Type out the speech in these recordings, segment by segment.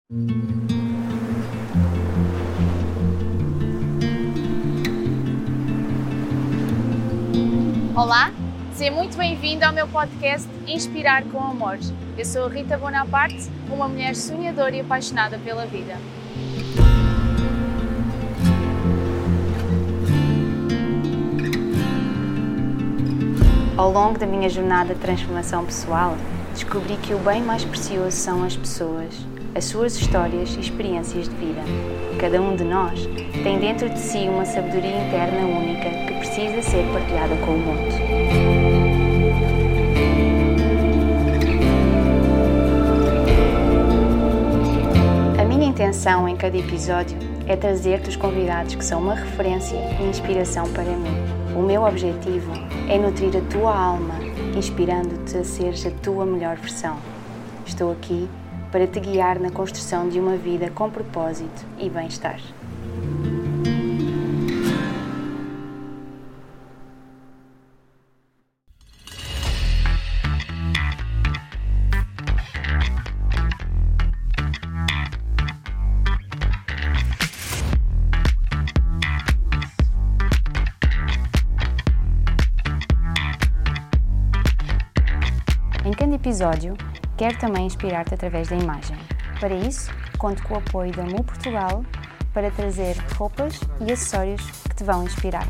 Olá, seja muito bem-vindo ao meu podcast Inspirar com Amor. Eu sou a Rita Bonaparte, uma mulher sonhadora e apaixonada pela vida. Ao longo da minha jornada de transformação pessoal, descobri que o bem mais precioso são as pessoas, as suas histórias e experiências de vida. Cada um de nós tem dentro de si uma sabedoria interna única que precisa ser partilhada com o mundo. A minha intenção em cada episódio é trazer-te os convidados que são uma referência e inspiração para mim. O meu objetivo é nutrir a tua alma, inspirando-te a seres a tua melhor versão. Estou aqui para te guiar na construção de uma vida com propósito e bem-estar. Em cada episódio, quero também inspirar-te através da imagem. Para isso, conto com o apoio da Mu Portugal para trazer roupas e acessórios que te vão inspirar.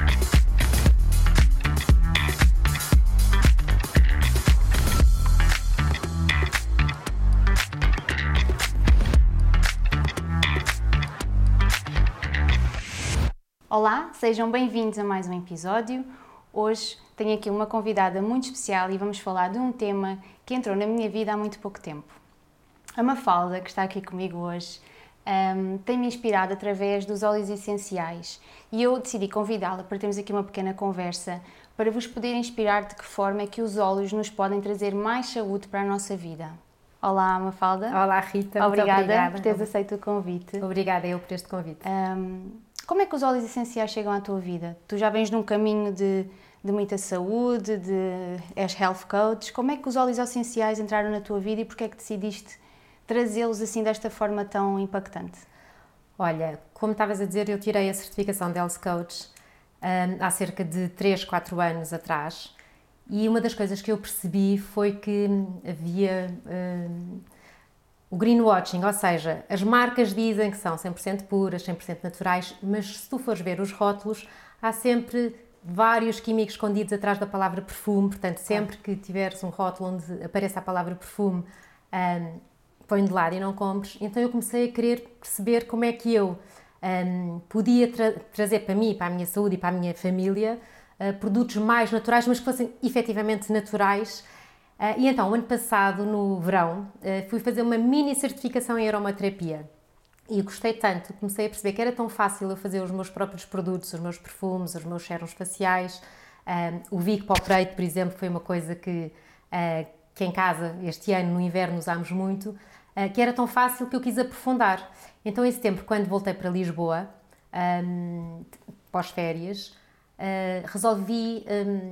Olá, sejam bem-vindos a mais um episódio. Hoje tenho aqui uma convidada muito especial e vamos falar de um tema que entrou na minha vida há muito pouco tempo. A Mafalda, que está aqui comigo hoje, tem-me inspirado através dos óleos essenciais e eu decidi convidá-la para termos aqui uma pequena conversa para vos poder inspirar de que forma é que os óleos nos podem trazer mais saúde para a nossa vida. Olá, Mafalda. Olá, Rita. Obrigada por teres aceito o convite. Obrigada eu por este convite. Como é que os óleos essenciais chegam à tua vida? Tu já vens num caminho de muita saúde, és health coach. Como é que os óleos essenciais entraram na tua vida e porque é que decidiste trazê-los assim desta forma tão impactante? Olha, como estavas a dizer, eu tirei a certificação de health coach há cerca de 3, 4 anos atrás e uma das coisas que eu percebi foi que havia o greenwashing, ou seja, as marcas dizem que são 100% puras, 100% naturais, mas se tu fores ver os rótulos, há sempre vários químicos escondidos atrás da palavra perfume, portanto, sempre que tiveres um rótulo onde apareça a palavra perfume, põe de lado e não compres. Então eu comecei a querer perceber como é que eu podia trazer para mim, para a minha saúde e para a minha família, produtos mais naturais, mas que fossem efetivamente naturais. E então, o ano passado, no verão, fui fazer uma mini certificação em aromaterapia e gostei tanto, comecei a perceber que era tão fácil eu fazer os meus próprios produtos, os meus perfumes, os meus sérums faciais. O Vic Poprate, por exemplo, foi uma coisa que em casa, este ano, no inverno, usámos muito, que era tão fácil que eu quis aprofundar. Então, em setembro, quando voltei para Lisboa, pós-férias, resolvi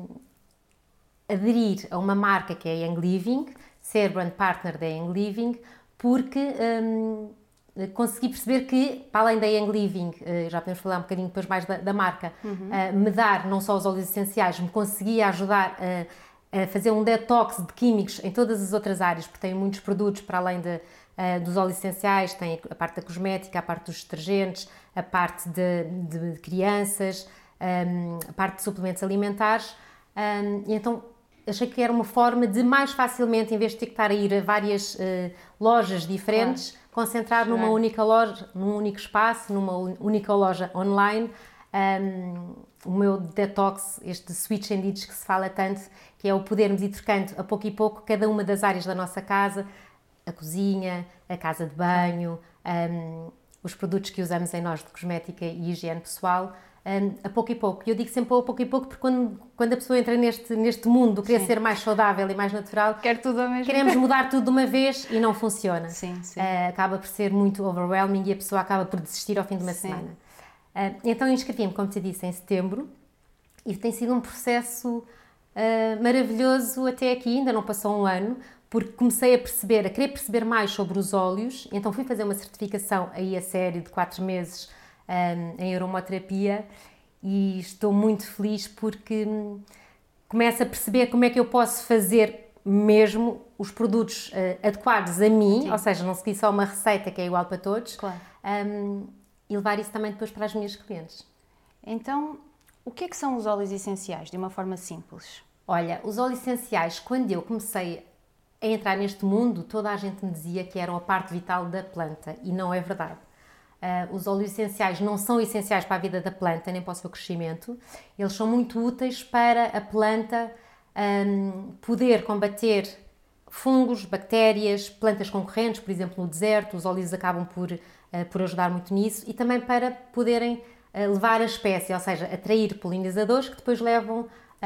aderir a uma marca que é a Young Living, ser brand partner da Young Living, porque consegui perceber que, para além da Young Living, já podemos falar um bocadinho depois mais da marca, me dar não só os óleos essenciais, me conseguia ajudar a fazer um detox de químicos em todas as outras áreas, porque tem muitos produtos para além dos óleos essenciais, tem a parte da cosmética, a parte dos detergentes, a parte de crianças, a parte de suplementos alimentares, e então achei que era uma forma de mais facilmente, em vez de ter que estar a ir a várias lojas diferentes, concentrar numa única loja, num único espaço, numa única loja online, o meu detox, este switch and ditch que se fala tanto, que é o podermos ir trocando a pouco e pouco cada uma das áreas da nossa casa, a cozinha, a casa de banho, os produtos que usamos em nós de cosmética e higiene pessoal, a pouco e pouco. E eu digo sempre a pouco e pouco porque quando a pessoa entra neste mundo do querer ser mais saudável e mais natural, queremos mudar tudo de uma vez e não funciona. Sim. Acaba por ser muito overwhelming e a pessoa acaba por desistir ao fim de uma semana. Então inscrevi-me, como te disse, em setembro e tem sido um processo maravilhoso até aqui, ainda não passou um ano, porque comecei a querer perceber mais sobre os óleos, então fui fazer uma certificação aí a sério de 4 meses em aromaterapia e estou muito feliz porque começo a perceber como é que eu posso fazer mesmo os produtos adequados a mim, ou seja, não seguir só uma receita que é igual para todos, e levar isso também depois para as minhas clientes. Então, o que é que são os óleos essenciais, de uma forma simples? Olha, os óleos essenciais, quando eu comecei a entrar neste mundo, toda a gente me dizia que eram a parte vital da planta e não é verdade. Os óleos essenciais não são essenciais para a vida da planta, nem para o seu crescimento. Eles são muito úteis para a planta poder combater fungos, bactérias, plantas concorrentes, por exemplo, no deserto. Os óleos acabam por ajudar muito nisso e também para poderem levar a espécie, ou seja, atrair polinizadores que depois levam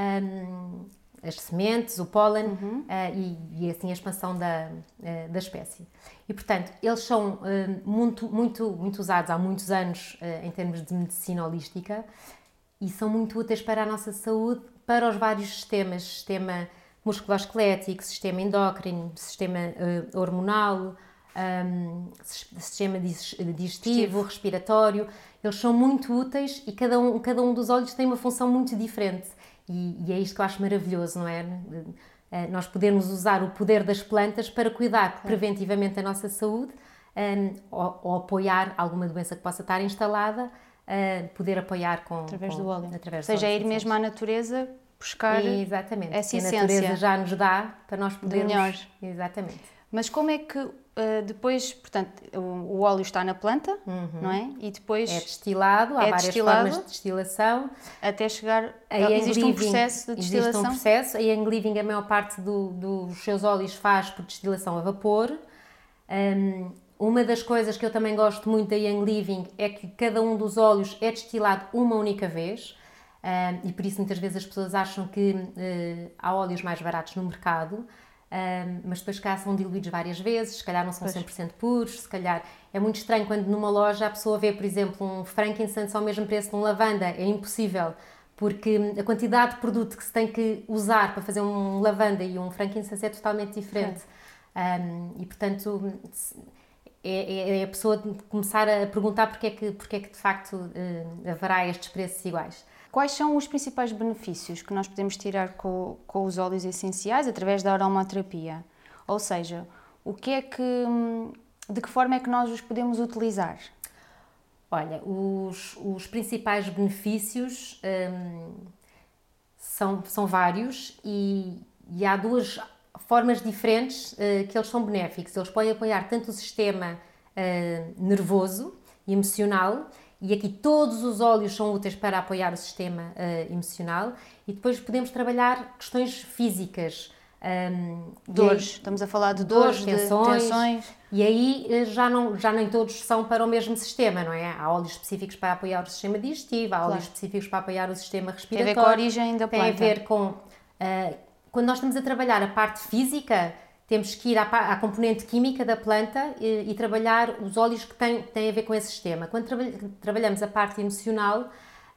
as sementes, o pólen e assim a expansão da espécie. E, portanto, eles são muito usados há muitos anos em termos de medicina holística e são muito úteis para a nossa saúde, para os vários sistemas, sistema musculoesquelético, sistema endócrino, sistema hormonal, sistema digestivo, respiratório. Eles são muito úteis e cada um dos óleos tem uma função muito diferente. E é isto que eu acho maravilhoso, não é? Nós podermos usar o poder das plantas para cuidar preventivamente da nossa saúde ou apoiar alguma doença que possa estar instalada, poder apoiar através do óleo. Através ou seja, é ir mesmo à natureza buscar exatamente, essa essência. essência. A natureza já nos dá para nós podermos... melhor. Exatamente. Mas como é que depois, portanto, o óleo está na planta, não é? E depois é destilado, há várias formas de destilação. Até chegar... Existe um processo de destilação? Existe um processo. A Young Living, a maior parte dos seus óleos faz por destilação a vapor. Uma das coisas que eu também gosto muito da Young Living é que cada um dos óleos é destilado uma única vez. E por isso muitas vezes as pessoas acham que há óleos mais baratos no mercado, mas depois cá são diluídos várias vezes, se calhar não são 100% puros, se calhar é muito estranho quando numa loja a pessoa vê, por exemplo, um frankincense ao mesmo preço de um lavanda, é impossível, porque a quantidade de produto que se tem que usar para fazer um lavanda e um frankincense é totalmente diferente. E portanto é a pessoa começar a perguntar porque é que de facto haverá estes preços iguais. Quais são os principais benefícios que nós podemos tirar com os óleos essenciais através da aromaterapia? Ou seja, de que forma é que nós os podemos utilizar? Olha, os principais benefícios são vários e há duas formas diferentes que eles são benéficos. Eles podem apoiar tanto o sistema nervoso e emocional, e aqui todos os óleos são úteis para apoiar o sistema emocional, e depois podemos trabalhar questões físicas. Dores, estamos a falar de dores, tensões. E aí já nem todos são para o mesmo sistema, não é? Há óleos específicos para apoiar o sistema digestivo, há óleos específicos para apoiar o sistema respiratório. Tem a ver com a origem da planta. Tem a ver com... quando nós estamos a trabalhar a parte física, temos que ir à componente química da planta e trabalhar os óleos que têm a ver com esse sistema. Quando trabalhamos a parte emocional,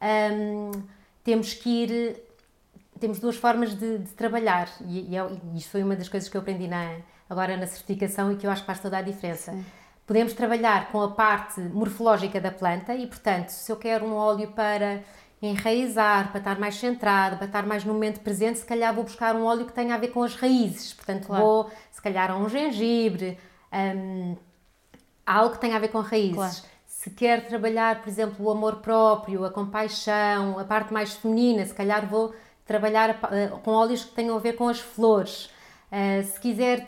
temos duas formas de trabalhar. E isto foi uma das coisas que eu aprendi agora na certificação e que eu acho que faz toda a diferença. Sim. Podemos trabalhar com a parte morfológica da planta e, portanto, se eu quero um óleo para enraizar, para estar mais centrado, para estar mais no momento presente, se calhar vou buscar um óleo que tenha a ver com as raízes. Portanto, vou, se calhar, a um gengibre, algo que tenha a ver com raízes. Claro. Se quer trabalhar, por exemplo, o amor próprio, a compaixão, a parte mais feminina, se calhar vou trabalhar com óleos que tenham a ver com as flores. Se quiser,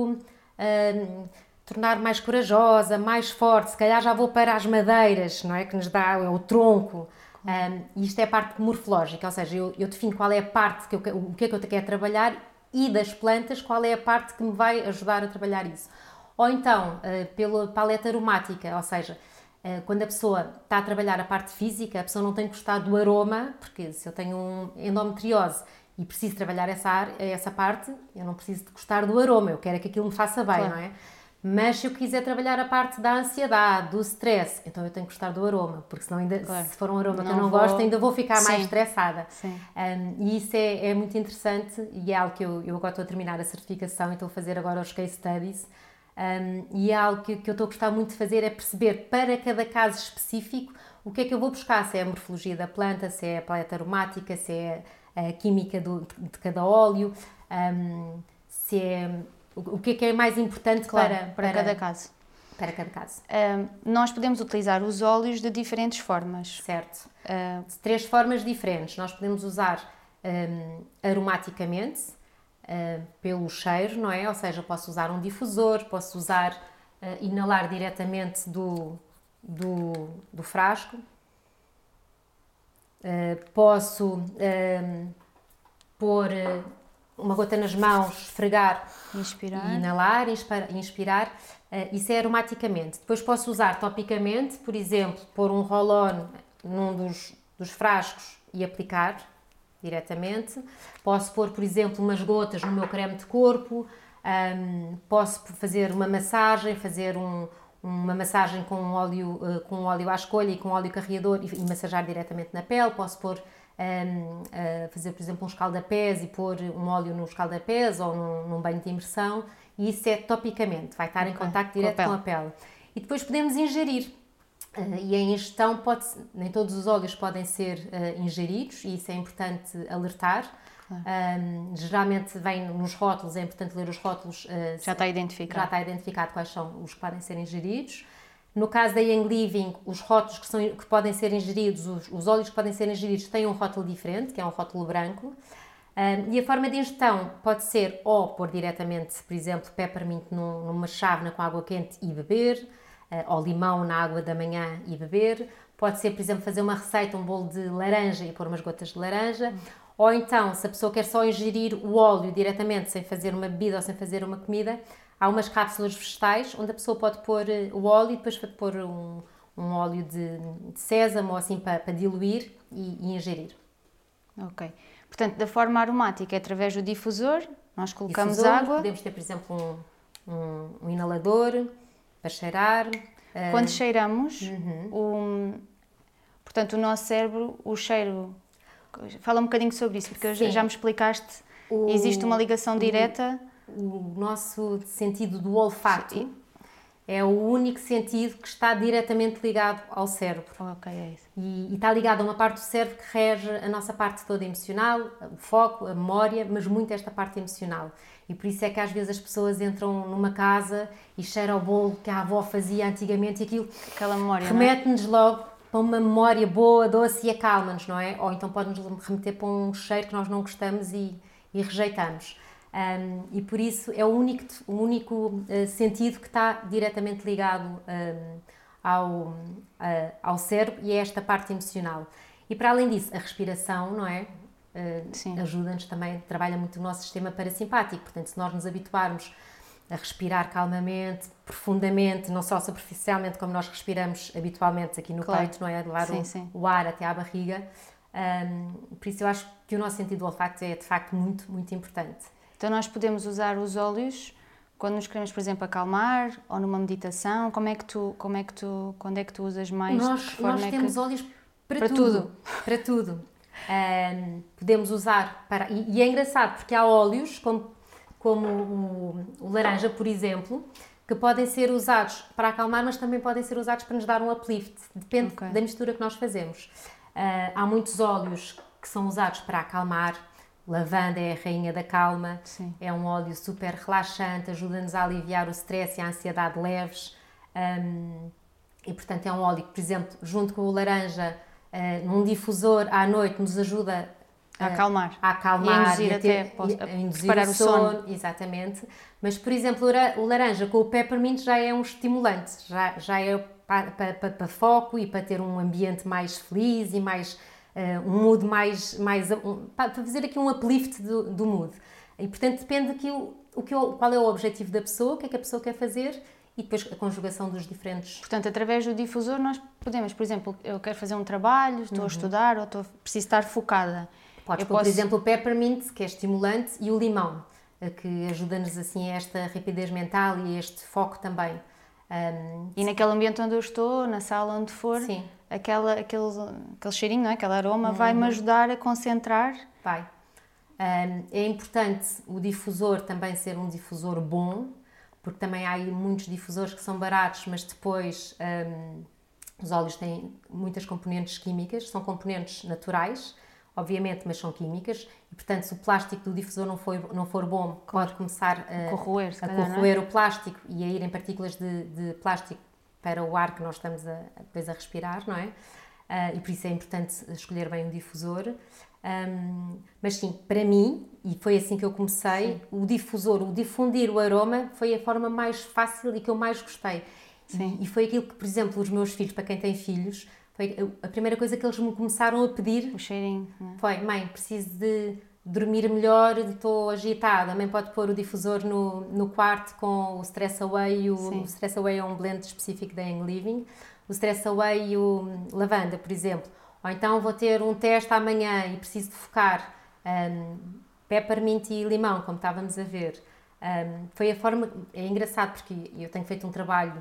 tornar mais corajosa, mais forte, se calhar já vou para as madeiras, não é? Que nos dá o tronco. Isto é a parte morfológica, ou seja, eu defino qual é a parte, o que é que eu quero trabalhar, e das plantas, qual é a parte que me vai ajudar a trabalhar isso. Ou então, pela paleta aromática, ou seja, quando a pessoa está a trabalhar a parte física, a pessoa não tem que gostar do aroma, porque se eu tenho endometriose e preciso trabalhar essa parte, eu não preciso de gostar do aroma, eu quero que aquilo me faça bem, claro. Não é? Mas se eu quiser trabalhar a parte da ansiedade, do stress, então eu tenho que gostar do aroma, porque senão ainda, se for um aroma que eu não gosto, ainda vou ficar mais estressada. E isso é muito interessante e é algo que eu agora estou a terminar a certificação e estou a fazer agora os case studies. E é algo que eu estou a gostar muito de fazer, é perceber para cada caso específico o que é que eu vou buscar, se é a morfologia da planta, se é a paleta aromática, se é a química de cada óleo, se é o que é mais importante para cada caso. Para cada caso. Nós podemos utilizar os óleos de diferentes formas. Certo. De 3 formas diferentes. Nós podemos usar aromaticamente, pelo cheiro, não é? Ou seja, posso usar um difusor, posso usar, inalar diretamente do frasco, posso pôr uma gota nas mãos, esfregar, inspirar. e inalar, inspirar, isso é aromaticamente. Depois posso usar topicamente, por exemplo, pôr um roll-on num dos frascos e aplicar diretamente. Posso pôr, por exemplo, umas gotas no meu creme de corpo, posso fazer uma massagem, uma massagem com um óleo à escolha e com óleo carreador e massajar diretamente na pele. Posso pôr, fazer, por exemplo, um escaldapés e pôr um óleo no escaldapés ou num banho de imersão, e isso é topicamente, vai estar em contacto direto com a pele. E depois podemos ingerir. E a ingestão nem todos os óleos podem ser ingeridos, e isso é importante alertar. Geralmente vem nos rótulos, é importante ler os rótulos. Já está identificado. Já está identificado quais são os que podem ser ingeridos. No caso da Young Living, os rótulos que podem ser ingeridos, os óleos que podem ser ingeridos têm um rótulo diferente, que é um rótulo branco. E a forma de ingestão pode ser ou pôr diretamente, por exemplo, peppermint numa chávena com água quente e beber, ou limão na água da manhã e beber. Pode ser, por exemplo, fazer uma receita, um bolo de laranja e pôr umas gotas de laranja. Ou então, se a pessoa quer só ingerir o óleo diretamente, sem fazer uma bebida ou sem fazer uma comida, há umas cápsulas vegetais onde a pessoa pode pôr o óleo e depois pôr um óleo de sésamo ou assim para diluir e ingerir. Ok. Portanto, da forma aromática é através do difusor, nós colocamos água. Podemos ter, por exemplo, um inalador para cheirar. Quando cheiramos, portanto, o nosso cérebro, o cheiro... Fala um bocadinho sobre isso, porque já me explicaste, existe uma ligação direta. O nosso sentido do olfato é o único sentido que está diretamente ligado ao cérebro. Ok, é isso. E está ligado a uma parte do cérebro que rege a nossa parte toda emocional, o foco, a memória, mas muito esta parte emocional. E por isso é que às vezes as pessoas entram numa casa e cheiram o bolo que a avó fazia antigamente e aquilo aquela memória, remete-nos logo para uma memória boa, doce e acalma-nos, não é? Ou então pode-nos remeter para um cheiro que nós não gostamos e rejeitamos. E por isso é o único sentido que está diretamente ligado ao cérebro, e é esta parte emocional. E para além disso, a respiração, não é? Ajuda-nos também, trabalha muito o nosso sistema parasimpático. Portanto, se nós nos habituarmos a respirar calmamente, profundamente, não só superficialmente como nós respiramos habitualmente aqui no peito, não é? De levar o ar até à barriga. Por isso eu acho que o nosso sentido do olfato é de facto muito, muito importante. Então nós podemos usar os óleos quando nos queremos, por exemplo, acalmar ou numa meditação. Quando é que tu usas mais? Nós temos óleos para tudo. Para tudo. Podemos usar para... E é engraçado porque há óleos como o laranja, por exemplo, que podem ser usados para acalmar, mas também podem ser usados para nos dar um uplift. Depende da mistura que nós fazemos. Há muitos óleos que são usados para acalmar. Lavanda é a rainha da calma. Sim. É um óleo super relaxante, ajuda-nos a aliviar o stress e a ansiedade leves. E, portanto, é um óleo que, por exemplo, junto com o laranja, num difusor à noite, nos ajuda a acalmar e a induzir o sono. Exatamente. Mas, por exemplo, o laranja com o peppermint já é um estimulante, já é para foco e para ter um ambiente mais feliz e mais um mood para fazer aqui um uplift do mood. E, portanto, depende aqui qual é o objetivo da pessoa, o que é que a pessoa quer fazer, e depois a conjugação dos diferentes... Portanto, através do difusor nós podemos, por exemplo, eu quero fazer um trabalho, estou a estudar ou preciso estar focada. Podes pôr, por exemplo, o peppermint, que é estimulante, e o limão. que ajuda-nos assim a esta rapidez mental e a este foco também. E naquele ambiente onde eu estou, na sala onde for, Sim. aquele cheirinho, não é? Aquele aroma vai-me ajudar a concentrar. Vai. É importante o difusor também ser um difusor bom, porque também há aí muitos difusores que são baratos, mas depois os óleos têm muitas componentes químicas, são componentes naturais, obviamente, mas são químicas, e portanto se o plástico do difusor não for bom, pode começar a corroer o plástico e a ir em partículas de plástico para o ar que nós estamos depois a respirar, não é? E por isso é importante escolher bem um difusor. Mas sim, para mim, e foi assim que eu comecei, o difusor, o difundir o aroma foi a forma mais fácil e que eu mais gostei. E foi aquilo que, por exemplo, os meus filhos, para quem tem filhos, foi a primeira coisa que eles me começaram a pedir. O cheirinho. Foi, mãe, preciso de dormir melhor, estou agitada. Mãe, pode pôr o difusor no quarto com o Stress Away. O Stress Away é um blend específico da Young Living. O Stress Away e o lavanda, por exemplo. Ou então vou ter um teste amanhã e preciso de focar peppermint e limão, como estávamos a ver. Foi a forma... É engraçado porque eu tenho feito um trabalho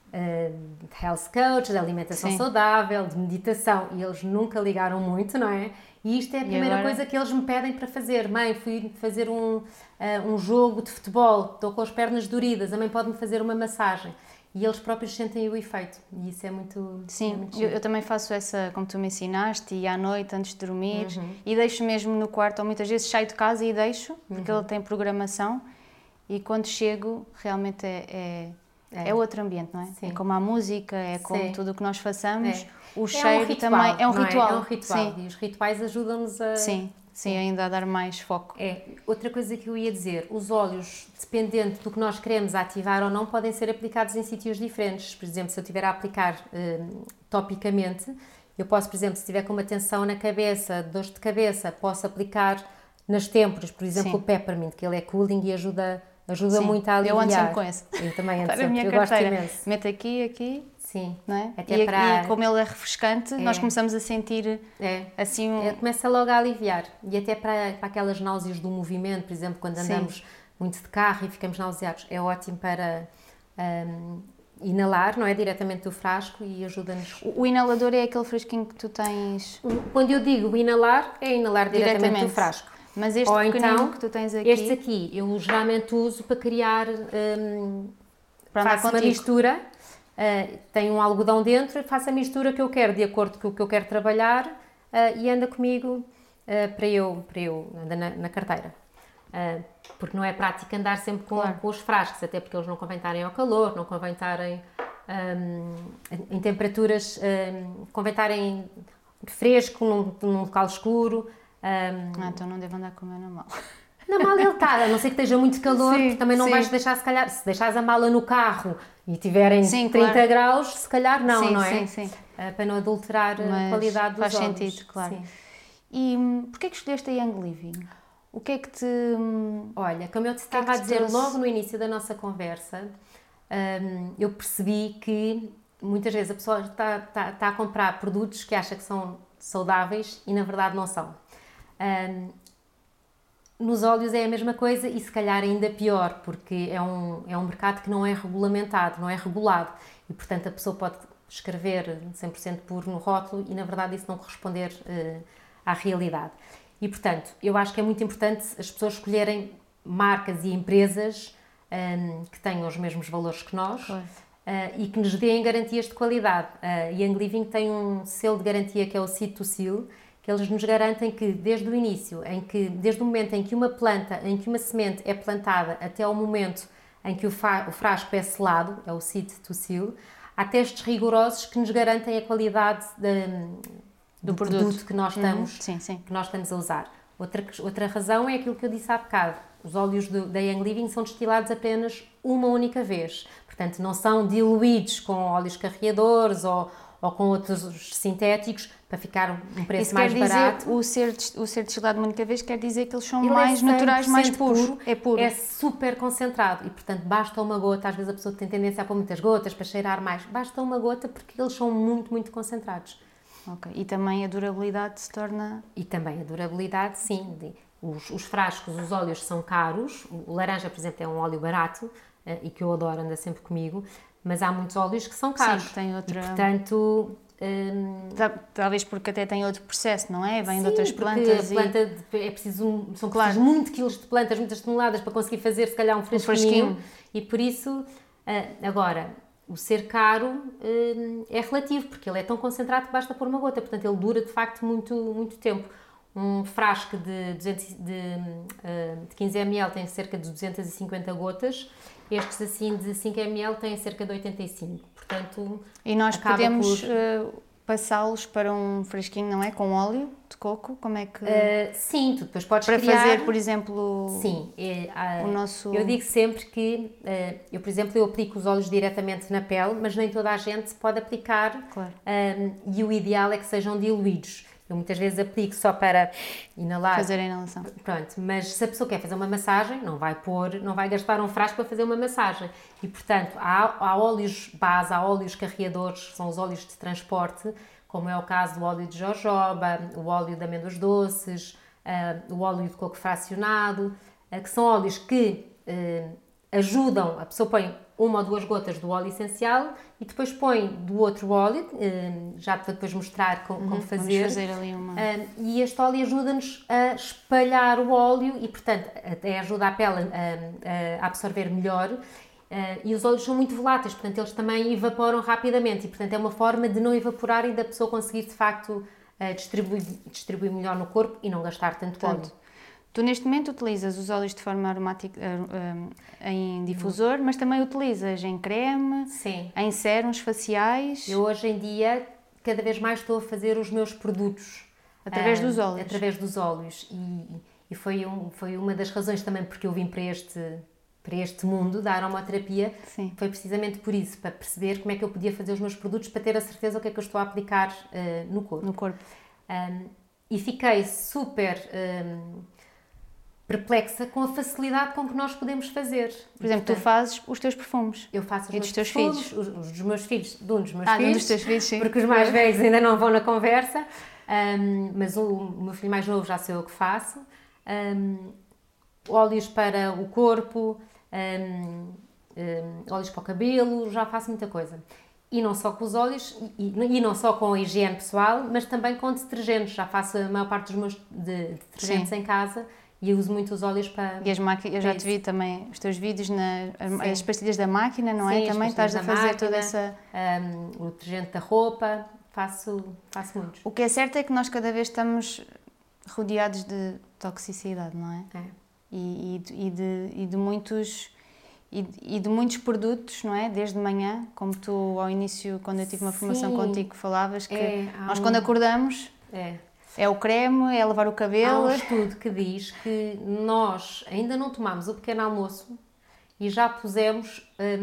de health coach, de alimentação saudável, de meditação, e eles nunca ligaram muito, não é? E isto é a primeira coisa que eles me pedem para fazer. Mãe, fui fazer um jogo de futebol, estou com as pernas doridas, a mãe pode-me fazer uma massagem. E eles próprios sentem o efeito. E isso é muito... Sim, é muito eu também faço essa, como tu me ensinaste, e à noite, antes de dormir, e deixo mesmo no quarto, ou muitas vezes saio de casa e deixo, porque ele tem programação, e quando chego, realmente é outro ambiente, não é? Sim. É como a música, é como tudo o que nós façamos, o um cheiro ritual, também é um ritual. É um ritual. E os rituais ajudam-nos a... Sim, ainda a dar mais foco. Outra coisa que eu ia dizer, os óleos, dependendo do que nós queremos ativar ou não, podem ser aplicados em sítios diferentes. Por exemplo, se eu estiver a aplicar topicamente, eu posso, por exemplo, se estiver com uma tensão na cabeça, dores de cabeça, posso aplicar nas têmporas, por exemplo, o peppermint, que ele é cooling e ajuda muito a aliviar. Eu ando sempre com esse. Eu também ando Para sempre, a minha eu carteira. gosto imenso. Meto aqui. Sim. Não é? Até e como ele é refrescante, nós começamos a sentir assim... Começa logo a aliviar. E até para aquelas náuseas do movimento, por exemplo, quando andamos muito de carro e ficamos nauseados, é ótimo para inalar, não é? Diretamente do frasco e ajuda-nos... O inalador é aquele fresquinho que tu tens... Quando eu digo inalar, é inalar diretamente do frasco. Mas este pequenino então, que tu tens aqui... Este aqui eu geralmente uso para criar... faço uma mistura... tenho um algodão dentro, faço a mistura que eu quero, de acordo com o que eu quero trabalhar, e anda comigo para eu anda na carteira. Porque não é prático andar sempre com os frascos, até porque eles não convém estarem ao calor, não convém estarem em temperaturas, convém estarem fresco, num local escuro. Então não devo andar com o meu na mala. Na mala ele está, a não ser que esteja muito calor, porque também não vais deixar, se calhar, se deixares a mala no carro e tiverem 30 graus, se calhar não é? Sim. Para não adulterar a qualidade dos óleos. Faz sentido, claro. Sim. E porquê que escolheste a Young Living? O que é que te... Olha, como eu te estava a dizer logo no início da nossa conversa, eu percebi que muitas vezes a pessoa está a comprar produtos que acha que são saudáveis e na verdade não são. Nos óleos é a mesma coisa e se calhar ainda pior, porque é um mercado que não é regulamentado, não é regulado e portanto a pessoa pode escrever 100% puro no rótulo e na verdade isso não corresponder à realidade. E portanto, eu acho que é muito importante as pessoas escolherem marcas e empresas que tenham os mesmos valores que nós e que nos deem garantias de qualidade. A Young Living tem um selo de garantia que é o Seed to Seal, que eles nos garantem que desde o início, desde o momento em que uma planta, em que uma semente é plantada até ao momento em que o frasco é selado, é o Seed to Seal, há testes rigorosos que nos garantem a qualidade do produto que nós estamos a usar. Outra razão é aquilo que eu disse há bocado. Os óleos da Young Living são destilados apenas uma única vez. Portanto, não são diluídos com óleos carreadores ou com outros sintéticos para ficar um preço mais barato. O ser destilado uma única vez quer dizer que eles são mais naturais, mais puros. É puro. É super concentrado e, portanto, basta uma gota. Às vezes a pessoa tem tendência a pôr muitas gotas para cheirar mais. Basta uma gota porque eles são muito, muito concentrados. Ok. E também a durabilidade se torna... E também a durabilidade, sim. os frascos, os óleos são caros. O laranja, por exemplo, é um óleo barato e que eu adoro, anda sempre comigo, mas há muitos óleos que são caros. Sim, que tem outra... E, portanto... Talvez porque até tem outro processo, não é? Vem de Sim, outras plantas a planta é preciso, são precisos muitos quilos de plantas, muitas toneladas para conseguir fazer se calhar um fresquinho. E por isso, agora, o ser caro é relativo, porque ele é tão concentrado que basta pôr uma gota, portanto ele dura de facto muito tempo. Um frasco de 15 ml tem cerca de 250 gotas, estes assim de 5 ml têm cerca de 85, portanto... E nós podemos passá-los para um frasquinho, não é? Com óleo de coco, como é que... sim, tu depois podes para criar... fazer, por exemplo, sim, o nosso... Eu digo sempre que, eu por exemplo, eu aplico os óleos diretamente na pele, mas nem toda a gente se pode aplicar, claro. E o ideal é que sejam diluídos. Eu muitas vezes aplico só para inalar. Fazer a inalação. Pronto, mas se a pessoa quer fazer uma massagem, não vai gastar um frasco para fazer uma massagem. E, portanto, há óleos base, há óleos carreadores, são os óleos de transporte, como é o caso do óleo de jojoba, o óleo de amêndoas doces, o óleo de coco fracionado, que são óleos que ajudam, a pessoa põe 1 ou 2 gotas do óleo essencial e depois põe do outro óleo, já para depois mostrar como fazer. Vamos fazer ali uma... E este óleo ajuda-nos a espalhar o óleo e, portanto, até ajuda a pele a absorver melhor. E os óleos são muito voláteis, portanto, eles também evaporam rapidamente e, portanto, é uma forma de não evaporar e da pessoa conseguir, de facto, distribuir melhor no corpo e não gastar tanto óleo. Tu neste momento utilizas os óleos de forma aromática em difusor, mas também utilizas em creme, sim, em sérums faciais. Eu hoje em dia cada vez mais estou a fazer os meus produtos através dos óleos. Através dos óleos e foi uma das razões também porque eu vim para este mundo da aromaterapia. Sim. Foi precisamente por isso, para perceber como é que eu podia fazer os meus produtos para ter a certeza o que é que eu estou a aplicar no corpo. E fiquei super perplexa com a facilidade com que nós podemos fazer. Por exemplo, tu fazes os teus perfumes. Eu faço os meus perfumes, os dos meus filhos, de um dos meus filhos. filhos. Um dos teus filhos, sim. Porque os mais velhos ainda não vão na conversa, mas o meu filho mais novo já sei eu que faço. Óleos para o corpo, óleos para o cabelo, já faço muita coisa. E não só com os óleos, e não só com a higiene pessoal, mas também com detergentes. Já faço a maior parte dos meus detergentes em casa e uso muito os óleos para... E as máquinas, eu já te vi também os teus vídeos, as pastilhas da máquina, não é? Sim, também estás a fazer toda essa... o detergente da roupa, faço muitos. O que é certo é que nós cada vez estamos rodeados de toxicidade, não é? E de muitos produtos, não é? Desde manhã, como tu ao início, quando eu tive uma formação contigo, falavas que nós quando acordamos é o creme, é lavar o cabelo. Há um estudo que diz que nós ainda não tomamos o pequeno almoço e já pusemos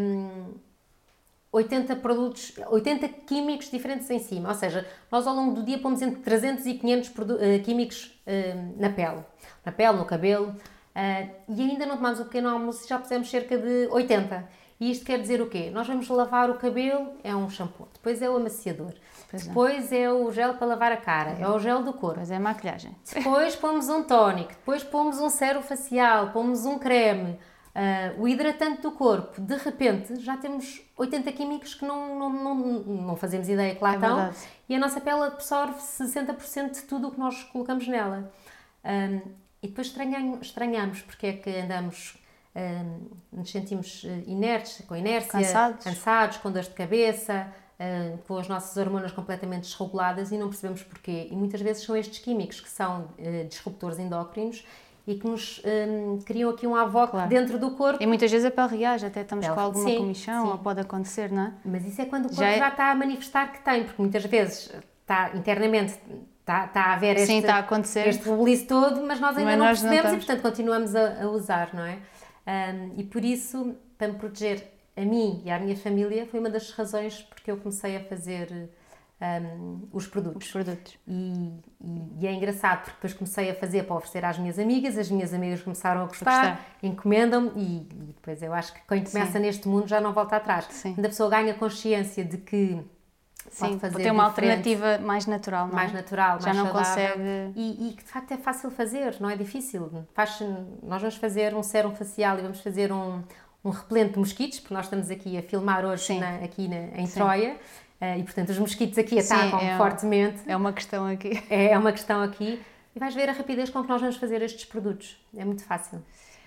80 produtos, 80 químicos diferentes em cima, ou seja, nós ao longo do dia pomos entre 300 e 500 químicos na pele, no cabelo, e ainda não tomamos o pequeno almoço e já pusemos cerca de 80. E isto quer dizer o quê? Nós vamos lavar o cabelo, é um shampoo, depois é o amaciador, depois é o gel para lavar a cara, é o gel do corpo. Depois é a maquilhagem. Depois pomos um tónico, depois pomos um sérum facial, pomos um creme, o hidratante do corpo. De repente já temos 80 químicos que não fazemos ideia que lá estão. Verdade. E a nossa pele absorve 60% de tudo o que nós colocamos nela. E depois estranhamos porque é que andamos, nos sentimos inertes, com inércia, cansados, com dores de cabeça, com as nossas hormonas completamente desreguladas e não percebemos porquê. E muitas vezes são estes químicos que são disruptores endócrinos e que nos criam aqui um avoc dentro do corpo. E muitas vezes a pele reage, até estamos com alguma comichão, ou pode acontecer, não é? Mas isso é quando o corpo já está a manifestar que tem, porque muitas vezes está internamente... Está a haver este rebuliço todo, mas nós ainda não percebemos e, portanto, continuamos a usar, não é? E por isso, para me proteger a mim e à minha família, foi uma das razões porque eu comecei a fazer os produtos. E é engraçado, porque depois comecei a fazer para oferecer às minhas amigas, as minhas amigas começaram a gostar, encomendam-me e depois eu acho que quem começa neste mundo já não volta atrás. Quando a pessoa ganha consciência de que Sim, fazer ter uma diferente, alternativa mais natural, não é? mais natural, Já mais não saudável. consegue... E que de facto é fácil fazer, não é difícil. Nós vamos fazer um sérum facial e vamos fazer um repelente de mosquitos, porque nós estamos aqui a filmar hoje Sim. em Troia, e portanto os mosquitos aqui atacam fortemente. É uma questão aqui. É uma questão aqui. E vais ver a rapidez com que nós vamos fazer estes produtos. É muito fácil.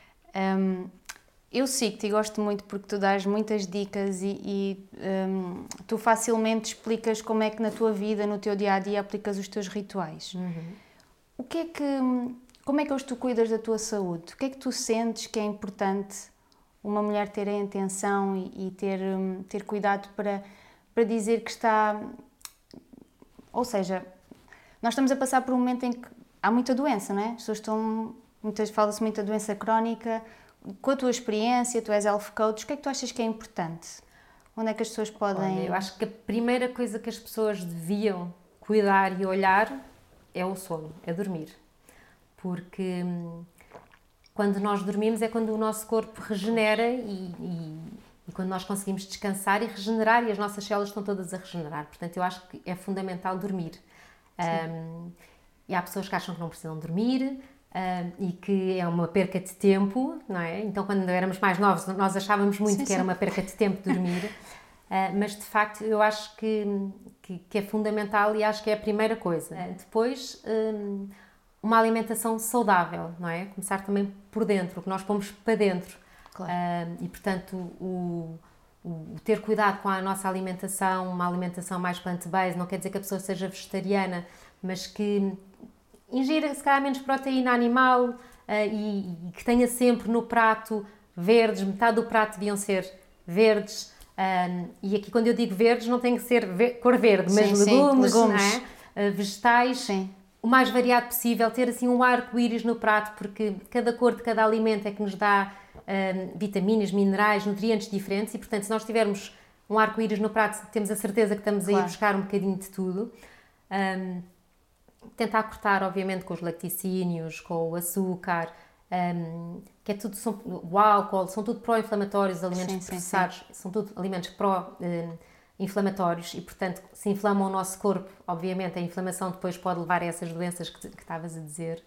Eu sigo-te e gosto muito porque tu dás muitas dicas e tu facilmente explicas como é que na tua vida, no teu dia-a-dia, aplicas os teus rituais. Como é que hoje tu cuidas da tua saúde? O que é que tu sentes que é importante uma mulher ter em atenção e ter cuidado para dizer que está... Ou seja, nós estamos a passar por um momento em que há muita doença, não é? As pessoas fala-se muita doença crónica. Com a tua experiência, tu és health coach, o que é que tu achas que é importante? Onde é que as pessoas podem... Olha, eu acho que a primeira coisa que as pessoas deviam cuidar e olhar é o sono, é dormir. Porque quando nós dormimos é quando o nosso corpo regenera e quando nós conseguimos descansar e regenerar, e as nossas células estão todas a regenerar. Portanto, eu acho que é fundamental dormir. E há pessoas que acham que não precisam dormir, e que é uma perca de tempo, não é? Então, quando éramos mais novos, nós achávamos muito que era uma perca de tempo dormir, mas de facto eu acho que é fundamental e acho que é a primeira coisa. Depois, uma alimentação saudável, não é? Começar também por dentro, o que nós pomos para dentro. Claro. E portanto, o ter cuidado com a nossa alimentação, uma alimentação mais plant-based, não quer dizer que a pessoa seja vegetariana, mas que ingira se calhar menos proteína animal, e que tenha sempre no prato verdes, metade do prato deviam ser verdes, e aqui quando eu digo verdes não tem que ser cor verde, mas legumes. Não é? Vegetais, Sim. o mais variado possível, ter assim um arco-íris no prato, porque cada cor de cada alimento é que nos dá vitaminas, minerais, nutrientes diferentes, e portanto se nós tivermos um arco-íris no prato temos a certeza que estamos a ir buscar um bocadinho de tudo. Tentar cortar, obviamente, com os laticínios, com o açúcar, que é tudo, o álcool, são tudo pró-inflamatórios, alimentos processados, são tudo alimentos pró-inflamatórios e, portanto, se inflamam o nosso corpo, obviamente, a inflamação depois pode levar a essas doenças que estavas a dizer.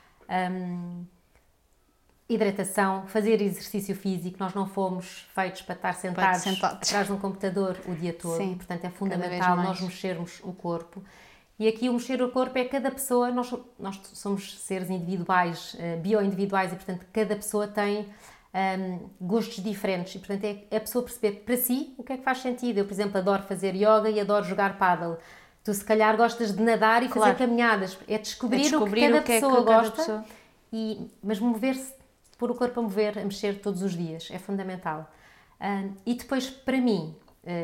Hidratação, fazer exercício físico, nós não fomos feitos para estar sentados atrás de um computador o dia todo, e, portanto, é fundamental nós mexermos o corpo. E aqui o mexer o corpo é cada pessoa, nós somos seres individuais, bioindividuais, e portanto cada pessoa tem gostos diferentes, e portanto é a pessoa perceber para si o que é que faz sentido. Eu, por exemplo, adoro fazer yoga e adoro jogar pádel. Tu se calhar gostas de nadar e fazer caminhadas. É descobrir o que cada pessoa gosta, mas mover-se, pôr o corpo a mover, a mexer todos os dias, é fundamental. E depois, para mim,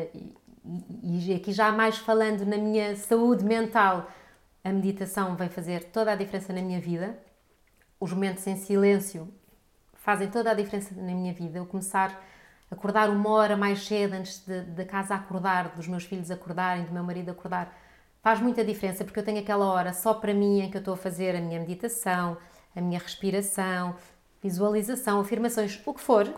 e aqui já mais falando na minha saúde mental, a meditação vem fazer toda a diferença na minha vida. Os momentos em silêncio fazem toda a diferença na minha vida. Eu começar a acordar 1 hora mais cedo antes da casa acordar, dos meus filhos acordarem, do meu marido acordar, faz muita diferença, porque eu tenho aquela hora só para mim em que eu estou a fazer a minha meditação, a minha respiração, visualização, afirmações, o que for.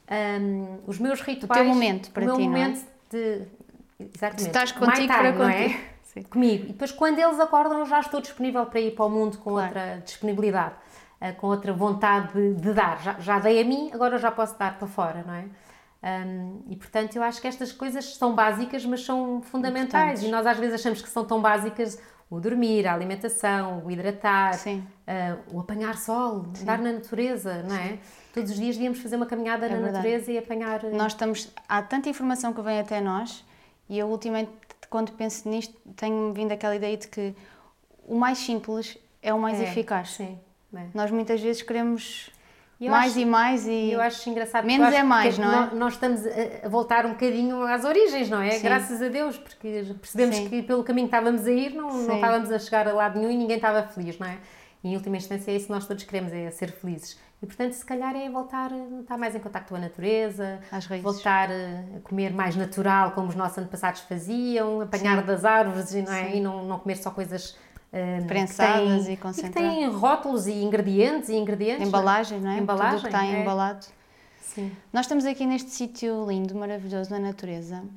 Os meus rituais. O teu momento para ti, não é? O meu momento exatamente. Tu estás contigo para contigo. Não é? Sim. Comigo. E depois, quando eles acordam, eu já estou disponível para ir para o mundo com outra disponibilidade, com outra vontade de dar. Já dei a mim, agora já posso dar para fora, não é? E portanto, eu acho que estas coisas são básicas, mas são fundamentais. E nós às vezes achamos que são tão básicas: o dormir, a alimentação, o hidratar, o apanhar sol, andar na natureza, não é? Todos os dias devíamos fazer uma caminhada na natureza e apanhar... Há tanta informação que vem até nós, e eu ultimamente, quando penso nisto, tenho vindo aquela ideia de que o mais simples é o mais eficaz. Sim. Nós muitas vezes queremos mais e eu acho engraçado, menos é mais, não é? Nós estamos a voltar um bocadinho às origens, não é? Sim. Graças a Deus, porque percebemos que pelo caminho que estávamos a ir não estávamos a chegar a lado nenhum e ninguém estava feliz, não é? E em última instância é isso que nós todos queremos, é ser felizes. E portanto, se calhar é voltar a estar mais em contacto com a natureza, voltar a comer mais natural, como os nossos antepassados faziam, apanhar das árvores, não é? E não comer só coisas prensadas e concentradas. E que têm rótulos e ingredientes. Embalagem, não é? Embalagem, tudo o que está embalado. Sim. Nós estamos aqui neste sítio lindo, maravilhoso, na natureza.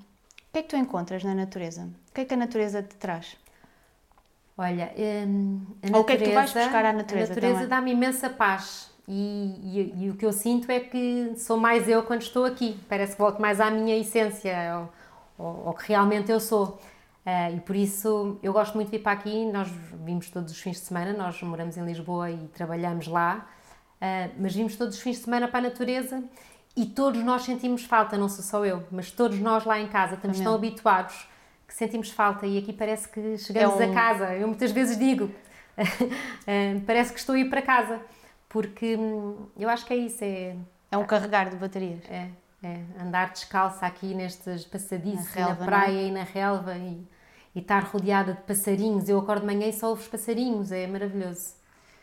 O que é que tu encontras na natureza? O que é que a natureza te traz? Olha, Ou o que é que tu vais buscar à natureza? A natureza dá-me imensa paz e o que eu sinto é que sou mais eu quando estou aqui. Parece que volto mais à minha essência, ao que realmente eu sou. E por isso eu gosto muito de vir para aqui. Nós vimos todos os fins de semana, nós moramos em Lisboa e trabalhamos lá, mas vimos todos os fins de semana para a natureza e todos nós sentimos falta, não sou só eu, mas todos nós lá em casa estamos tão habituados que sentimos falta e aqui parece que chegamos a casa. Eu muitas vezes digo, parece que estou a ir para casa, porque eu acho que é isso. É um carregar de baterias. É andar descalça aqui nestes passadiços, na praia e na relva e estar rodeada de passarinhos. Eu acordo de manhã e só ouvo os passarinhos, é maravilhoso.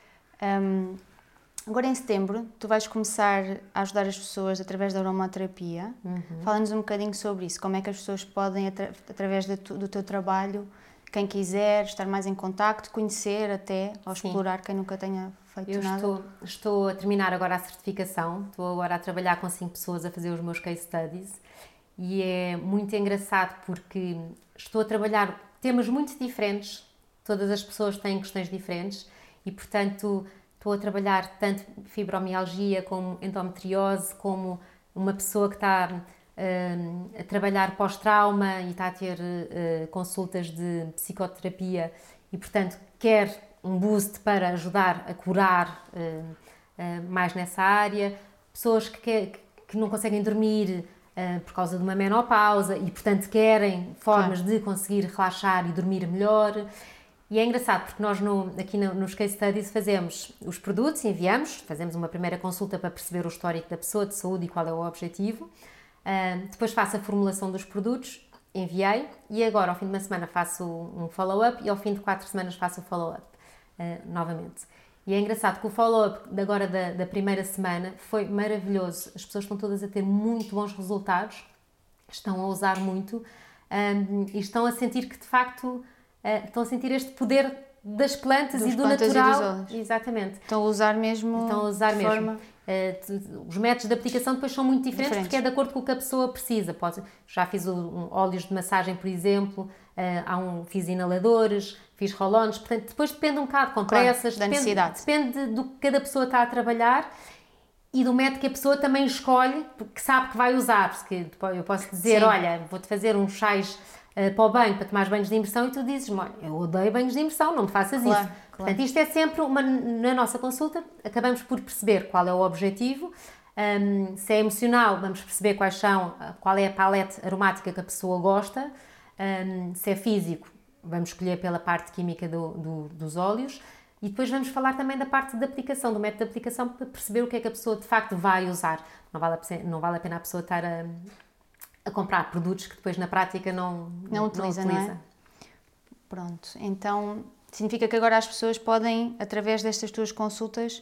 Agora em setembro tu vais começar a ajudar as pessoas através da aromaterapia. Fala-nos um bocadinho sobre isso, como é que as pessoas podem, através do teu trabalho, quem quiser estar mais em contacto, conhecer até, ou explorar quem nunca tenha feito nada. Eu estou a terminar agora a certificação, estou agora a trabalhar com 5 pessoas a fazer os meus case studies e é muito engraçado porque estou a trabalhar temas muito diferentes, todas as pessoas têm questões diferentes e portanto estou a trabalhar tanto fibromialgia como endometriose, como uma pessoa que está a trabalhar pós-trauma e está a ter consultas de psicoterapia e portanto quer um boost para ajudar a curar mais nessa área, pessoas que não conseguem dormir por causa de uma menopausa e portanto querem formas de conseguir relaxar e dormir melhor. E é engraçado porque nós aqui nos case studies fazemos os produtos, enviamos, fazemos uma primeira consulta para perceber o histórico da pessoa de saúde e qual é o objetivo, depois faço a formulação dos produtos, enviei e agora ao fim de uma semana faço um follow-up e ao fim de 4 semanas faço o follow-up novamente. E é engraçado que o follow-up agora da primeira semana foi maravilhoso, as pessoas estão todas a ter muito bons resultados, estão a usar muito e estão a sentir que de facto estão a sentir este poder das plantas e do natural. E dos óleos. Exatamente. Estão a usar mesmo. Forma. Os métodos de aplicação depois são muito diferentes porque é de acordo com o que a pessoa precisa. Já fiz óleos de massagem, por exemplo, fiz inaladores, fiz roll-ons, portanto, depois depende um bocado, compressas, da necessidade. Depende do que cada pessoa está a trabalhar e do método que a pessoa também escolhe, porque sabe que vai usar. Porque eu posso dizer, olha, vou-te fazer uns sais para o banho, para tomar banhos de imersão e tu dizes, eu odeio banhos de imersão, não me faças isso. Claro. Portanto, isto é sempre na nossa consulta, acabamos por perceber qual é o objetivo, se é emocional, vamos perceber qual é a palete aromática que a pessoa gosta, se é físico, vamos escolher pela parte química dos óleos e depois vamos falar também da parte da aplicação, do método de aplicação para perceber o que é que a pessoa de facto vai usar. Não vale a pena a pessoa estar a comprar produtos que depois na prática não utiliza. Não é? Pronto, então significa que agora as pessoas podem, através destas tuas consultas,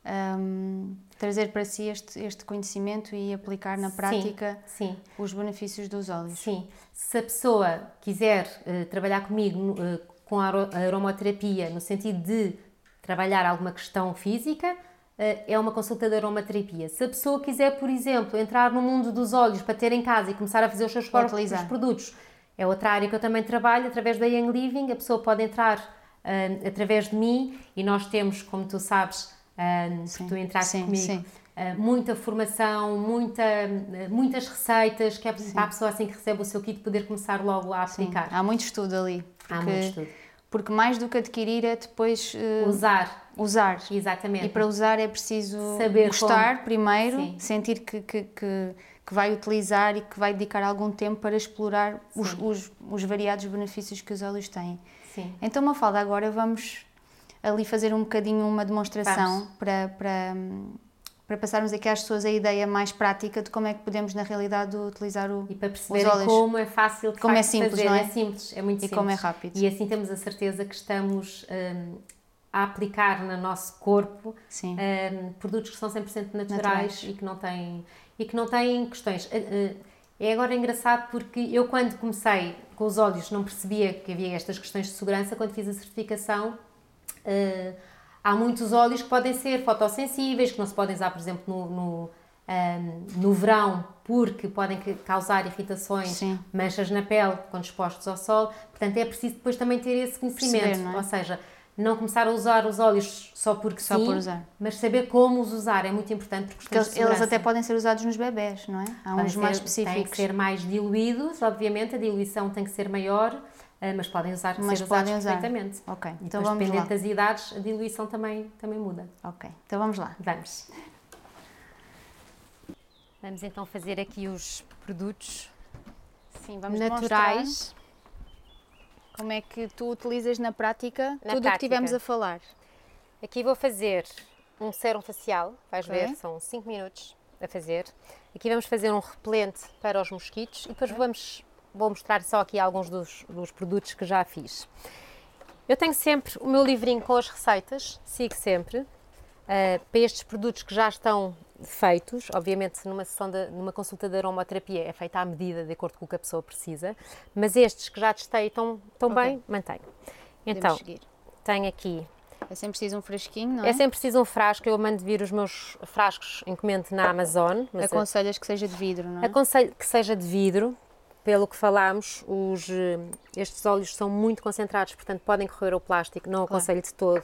trazer para si este conhecimento e aplicar na prática os benefícios dos óleos. Sim, se a pessoa quiser trabalhar comigo com a aromaterapia no sentido de trabalhar alguma questão física, é uma consulta de aromaterapia. Se a pessoa quiser, por exemplo, entrar no mundo dos óleos para ter em casa e começar a fazer os seus próprios produtos, é outra área que eu também trabalho, através da Young Living, a pessoa pode entrar através de mim e nós temos, como tu sabes, porque tu entraste comigo, muita formação, muitas receitas, que é para a pessoa assim que recebe o seu kit poder começar logo a aplicar. Há muito estudo ali. Há muito estudo. Porque mais do que adquirir é depois usar. Exatamente. E para usar é preciso saber gostar primeiro, sentir que vai utilizar e que vai dedicar algum tempo para explorar os variados benefícios que os óleos têm. Sim. Então, Mafalda, agora vamos ali fazer um bocadinho uma demonstração para passarmos aqui às pessoas a ideia mais prática de como é que podemos na realidade utilizar os óleos. E para perceberem como é fácil de como é simples, fazer. não é? É simples, é muito simples. E como é rápido. E assim temos a certeza que estamos a aplicar no nosso corpo produtos que são 100% naturais e que não têm questões. É agora engraçado porque eu quando comecei com os óleos não percebia que havia estas questões de segurança. Quando fiz a certificação há muitos óleos que podem ser fotossensíveis, que não se podem usar, por exemplo, no verão, porque podem causar irritações, Sim. manchas na pele quando expostos ao sol. Portanto, é preciso depois também ter esse conhecimento. Perceber, não é? Ou seja, não começar a usar os óleos só porque Só sim, por usar. mas saber como os usar é muito importante por questões de Eles segurança. até podem ser usados nos bebés, não é? Há uns mais específicos. Têm que ser mais diluídos, obviamente, a diluição tem que ser maior, mas podem ser usados perfeitamente. Ok, E então depois, vamos dependendo lá. das idades, a diluição também muda. Ok, então vamos lá. Vamos. Vamos então fazer aqui os produtos Sim, vamos naturais. demonstrar como é que tu utilizas na prática Na tudo o que prática. estivemos a falar. Aqui vou fazer um sérum facial, vais Ok. ver, são 5 minutos a fazer. Aqui vamos fazer um repelente para os mosquitos e depois vou mostrar só aqui alguns dos produtos que já fiz. Eu tenho sempre o meu livrinho com as receitas, sigo sempre, para estes produtos que já estão feitos. Obviamente, numa consulta de aromaterapia é feita à medida, de acordo com o que a pessoa precisa, mas estes que já testei estão bem, mantenho. Então, seguir. tenho aqui. É sempre preciso um frasquinho, não é? É sempre preciso um frasco, eu mando vir os meus frascos, encomendo na Amazon. Mas Aconselhas que seja de vidro, não é? aconselho que seja de vidro, pelo que falámos, estes óleos são muito concentrados, portanto podem correr ao plástico, não aconselho de todo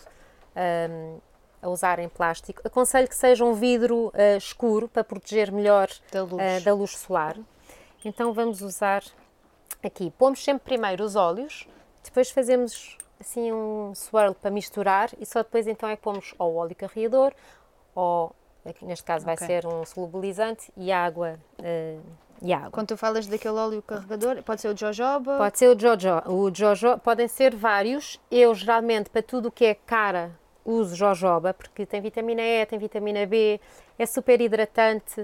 a usarem plástico. Aconselho que seja um vidro escuro, para proteger melhor da luz solar. Então vamos usar aqui, pomos sempre primeiro os óleos, depois fazemos assim um swirl para misturar e só depois então é que pomos ou o óleo carreador ou, aqui neste caso vai ser um solubilizante e água. Quando tu falas daquele óleo carregador, pode ser o jojoba? Pode ser o jojoba, podem ser vários. Eu geralmente para tudo o que é cara uso jojoba, porque tem vitamina E, tem vitamina B, é super hidratante,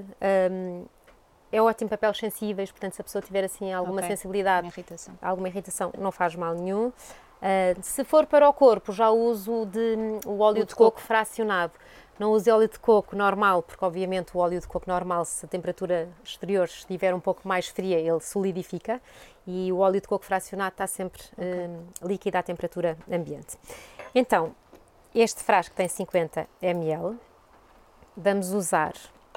é ótimo para peles sensíveis, portanto se a pessoa tiver assim alguma sensibilidade, alguma irritação, não faz mal nenhum. Se for para o corpo, já uso o óleo de coco fracionado. Não use óleo de coco normal, porque obviamente o óleo de coco normal, se a temperatura exterior estiver um pouco mais fria, ele solidifica e o óleo de coco fracionado está sempre líquido à temperatura ambiente. Então, este frasco tem 50 ml, vamos usar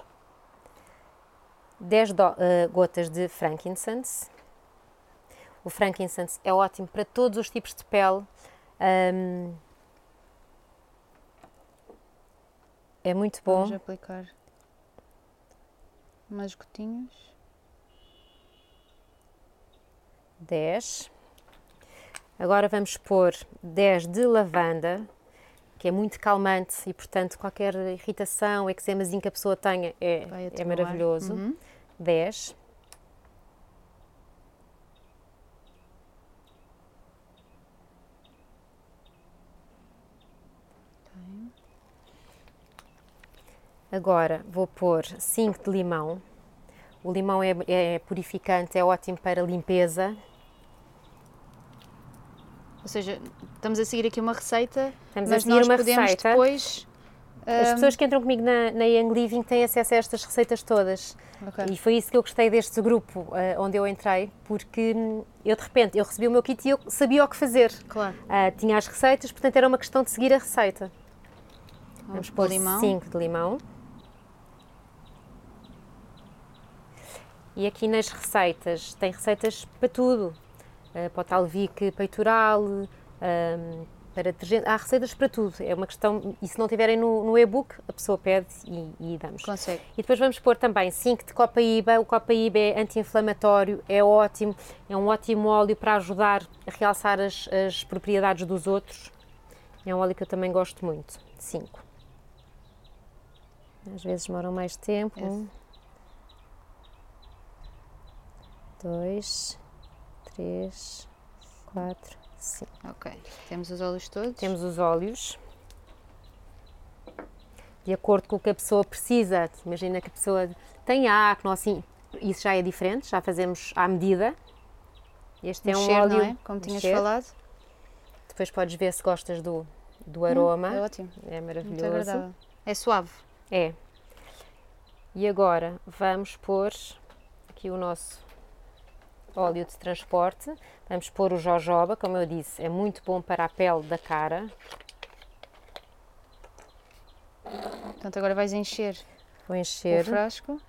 10 gotas de frankincense. O frankincense é ótimo para todos os tipos de pele. É muito bom. Vamos aplicar umas gotinhas. 10. Agora vamos pôr 10 de lavanda, que é muito calmante e, portanto, qualquer irritação, eczemazinho que a pessoa tenha é maravilhoso. 10. Agora vou pôr 5 de limão. O limão é purificante, é ótimo para limpeza. Ou seja, estamos a seguir aqui uma receita, Estamos mas a seguir nós uma podemos receita. depois... As pessoas que entram comigo na Young Living têm acesso a estas receitas todas. E foi isso que eu gostei deste grupo onde eu entrei, porque eu de repente eu recebi o meu kit e eu sabia o que fazer. Claro. Tinha as receitas, portanto era uma questão de seguir a receita. Vamos pôr limão. 5 de limão. E aqui nas receitas, tem receitas para tudo. Para o talvique peitoral, para detergente, há receitas para tudo. É uma questão, e se não tiverem no e-book, a pessoa pede e damos. Consegue. E depois vamos pôr também 5 de copaíba. O copaíba é anti-inflamatório, é ótimo, é um ótimo óleo para ajudar a realçar as propriedades dos outros. É um óleo que eu também gosto muito. 5. Às vezes demoram mais tempo. 1, 2, 3, 4, 5. Ok, temos os óleos todos. Temos os óleos. De acordo com o que a pessoa precisa. Imagina que a pessoa tem acne ou assim, isso já é diferente, já fazemos à medida. Este é um óleo, não é? Como tinhas falado. Depois podes ver se gostas do aroma. É ótimo. É maravilhoso. Muito agradável. É suave. É. E agora vamos pôr aqui o nosso óleo de transporte. Vamos pôr o jojoba, como eu disse, é muito bom para a pele da cara. Portanto, agora vais encher. Vou encher. o frasco.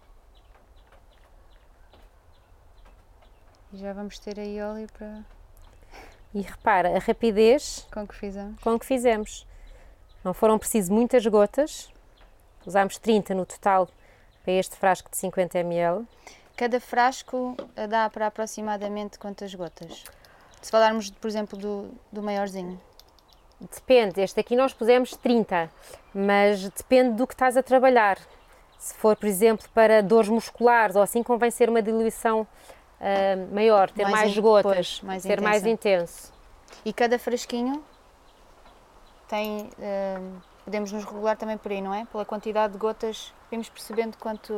E já vamos ter aí óleo para... E repara a rapidez com que fizemos. com que fizemos. Não foram preciso muitas gotas. Usámos 30 no total para este frasco de 50 ml. Cada frasco dá para aproximadamente quantas gotas? Se falarmos, por exemplo, do maiorzinho. Depende, este aqui nós pusemos 30, mas depende do que estás a trabalhar. Se for, por exemplo, para dores musculares ou assim, convém ser uma diluição maior, ter mais gotas, ser mais intenso. E cada frasquinho tem, podemos nos regular também por aí, não é? Pela quantidade de gotas, vamos percebendo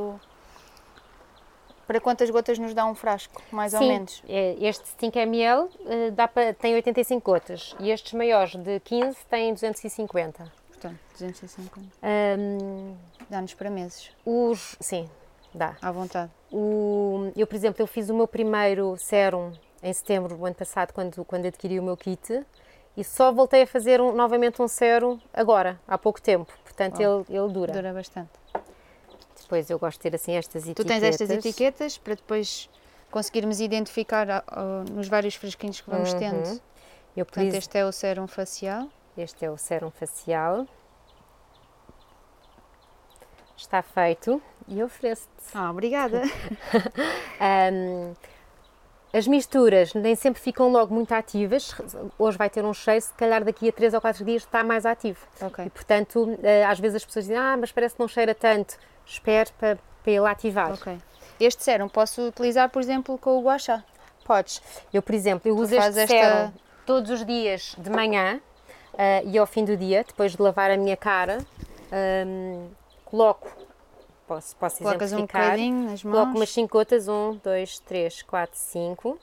para quantas gotas nos dá um frasco, mais ou menos. Este 5 ml tem 85 gotas e estes maiores de 15 têm 250. Portanto, 250. Dá-nos para meses. Sim, dá. À vontade. Eu, por exemplo, eu fiz o meu primeiro sérum em setembro do ano passado, quando adquiri o meu kit, e só voltei a fazer novamente um sérum agora, há pouco tempo. Portanto, ele dura. Dura bastante. Depois eu gosto de ter assim estas etiquetas. Tu tens estas etiquetas para depois conseguirmos identificar nos vários frasquinhos que vamos tendo. Portanto, este é o sérum facial. Este é o sérum facial. Está feito e ofereço-te. Obrigada. As misturas nem sempre ficam logo muito ativas. Hoje vai ter um cheiro, se calhar daqui a 3 ou 4 dias está mais ativo. Okay. E, portanto, às vezes as pessoas dizem, mas parece que não cheira tanto. Espere para ele ativar. Ok. Este sérum posso utilizar, por exemplo, com o gua sha? Podes. Eu, por exemplo, uso este sérum todos os dias de manhã e ao fim do dia, depois de lavar a minha cara, coloco, posso colocas exemplificar, um bocadinho nas mãos. Coloco umas 5 gotas, 1, 2, 3, 4, 5.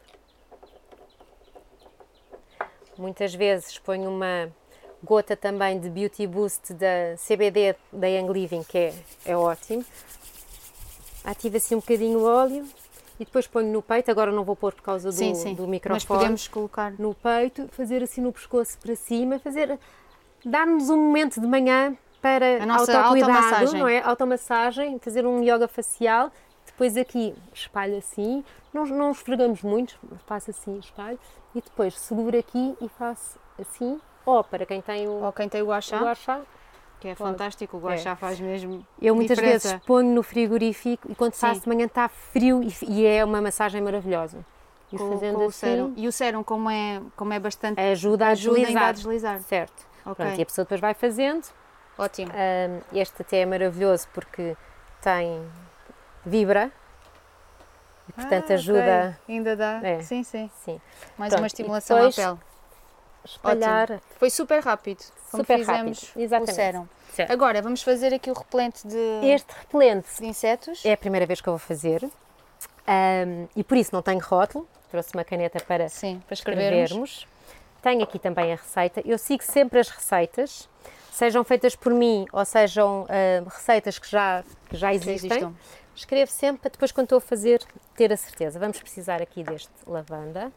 Muitas vezes ponho uma gota também de Beauty Boost da CBD da Young Living, que é ótimo. Ativo assim um bocadinho o óleo e depois ponho no peito. Agora não vou pôr por causa do microfone. Mas podemos colocar no peito, fazer assim no pescoço para cima, dar-nos um momento de manhã para a nossa autocuidado, não é? Automassagem, fazer um yoga facial. Depois aqui espalho assim, não esfregamos muito, faço assim, espalho e depois seguro aqui e faço assim. Ou para quem tem o gua sha, que é fantástico, o gua sha faz mesmo Eu muitas diferença. vezes ponho no frigorífico e quando faço de manhã está frio e é uma massagem maravilhosa. E fazendo o assim, sérum. E o sérum, como é bastante... Ajuda a deslizar. Certo. Okay. Pronto, e a pessoa depois vai fazendo. Ótimo. Este até é maravilhoso porque vibra e portanto ajuda... Okay. Ainda dá? Sim. Mais Pronto, uma estimulação à pele. Espalhar. Ótimo. Foi super rápido, como fizemos o sérum. Certo. Agora vamos fazer aqui o repelente Este repelente de insetos. É a primeira vez que eu vou fazer e por isso não tenho rótulo. Trouxe uma caneta para escrevermos. Tenho aqui também a receita. Eu sigo sempre as receitas, sejam feitas por mim ou sejam receitas que já existem. Escrevo sempre para depois, quando estou a fazer, ter a certeza. Vamos precisar aqui deste lavanda.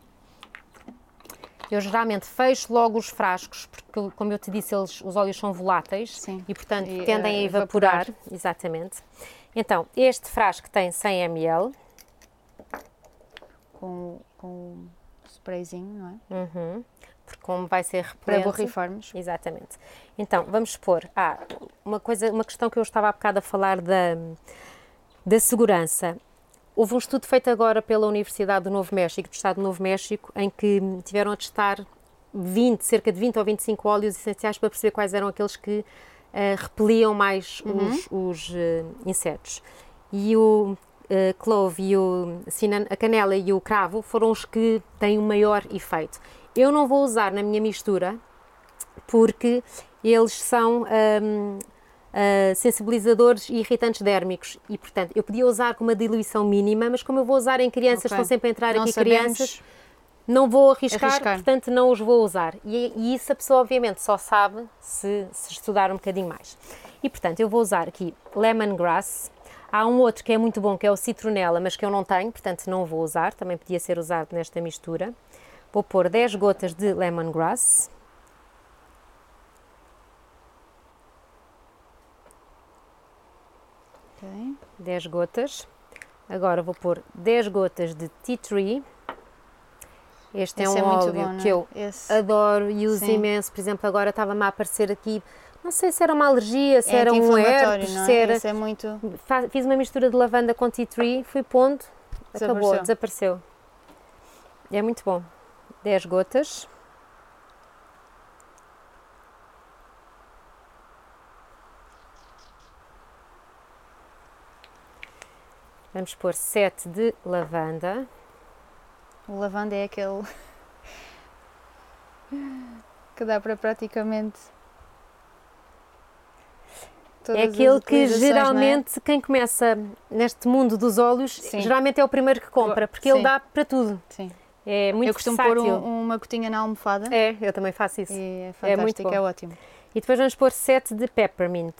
Eu geralmente fecho logo os frascos, porque, como eu te disse, os óleos são voláteis e, portanto, tendem a evaporar. Exatamente. Então, este frasco tem 100 ml. Com um sprayzinho, não é? Porque como vai ser repelente... Para borrifarmos. Exatamente. Então, vamos pôr... uma questão que eu estava há bocado a falar da segurança. Houve um estudo feito agora pela Universidade do Novo México, do Estado do Novo México, em que tiveram a testar cerca de 20 ou 25 óleos essenciais para perceber quais eram aqueles que repeliam mais os insetos. E o clove e a canela e o cravo foram os que têm o maior efeito. Eu não vou usar na minha mistura porque eles são sensibilizadores e irritantes dérmicos e, portanto, eu podia usar com uma diluição mínima, mas como eu vou usar em crianças, estão sempre a entrar aqui crianças, não vou arriscar, portanto não os vou usar. E isso a pessoa obviamente só sabe se estudar um bocadinho mais. E, portanto, eu vou usar aqui lemongrass. Há um outro que é muito bom, que é o citronela, mas que eu não tenho, portanto não vou usar, também podia ser usado nesta mistura. Vou pôr 10 gotas de lemongrass. Ok. 10 gotas. Agora vou pôr 10 gotas de tea tree. Este Esse é um muito óleo bom, não é? que eu Esse adoro e uso Sim. imenso. Por exemplo, agora estava-me a aparecer aqui, não sei se era uma alergia, se é era um anti-inflamatório, herpes, não se é? era... Esse é muito... Fiz uma mistura de lavanda com tea tree, fui pondo, acabou, desapareceu. É muito bom. 10 gotas. Vamos pôr 7 de lavanda. O lavanda é aquele que dá para praticamente todas É as aquele que utilizações, geralmente quem começa neste mundo dos óleos, Sim. geralmente é o primeiro que compra, porque Sim. ele dá para tudo. não é? Sim. É muito Eu costumo versátil. pôr uma gotinha na almofada É, eu também faço isso. e é É muito fantástico, bom. é ótimo. E depois vamos pôr 7 de peppermint.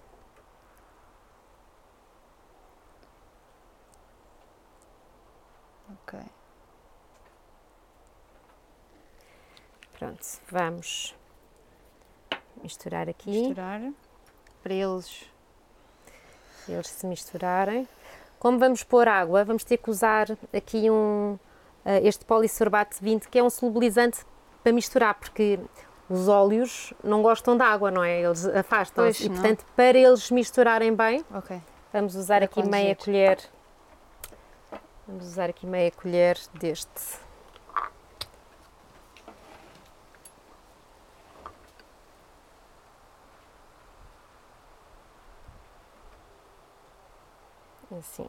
Ok. Pronto, vamos misturar aqui, Misturar para eles. eles se misturarem. Como vamos pôr água, vamos ter que usar aqui este polissorbato 20, que é um solubilizante para misturar, porque os óleos não gostam de água, não é? Eles afastam-se. Pois, E, não. portanto, para eles misturarem bem, Ok. vamos usar Para aqui meia conduzir. colher. Vamos usar aqui meia colher deste. Assim.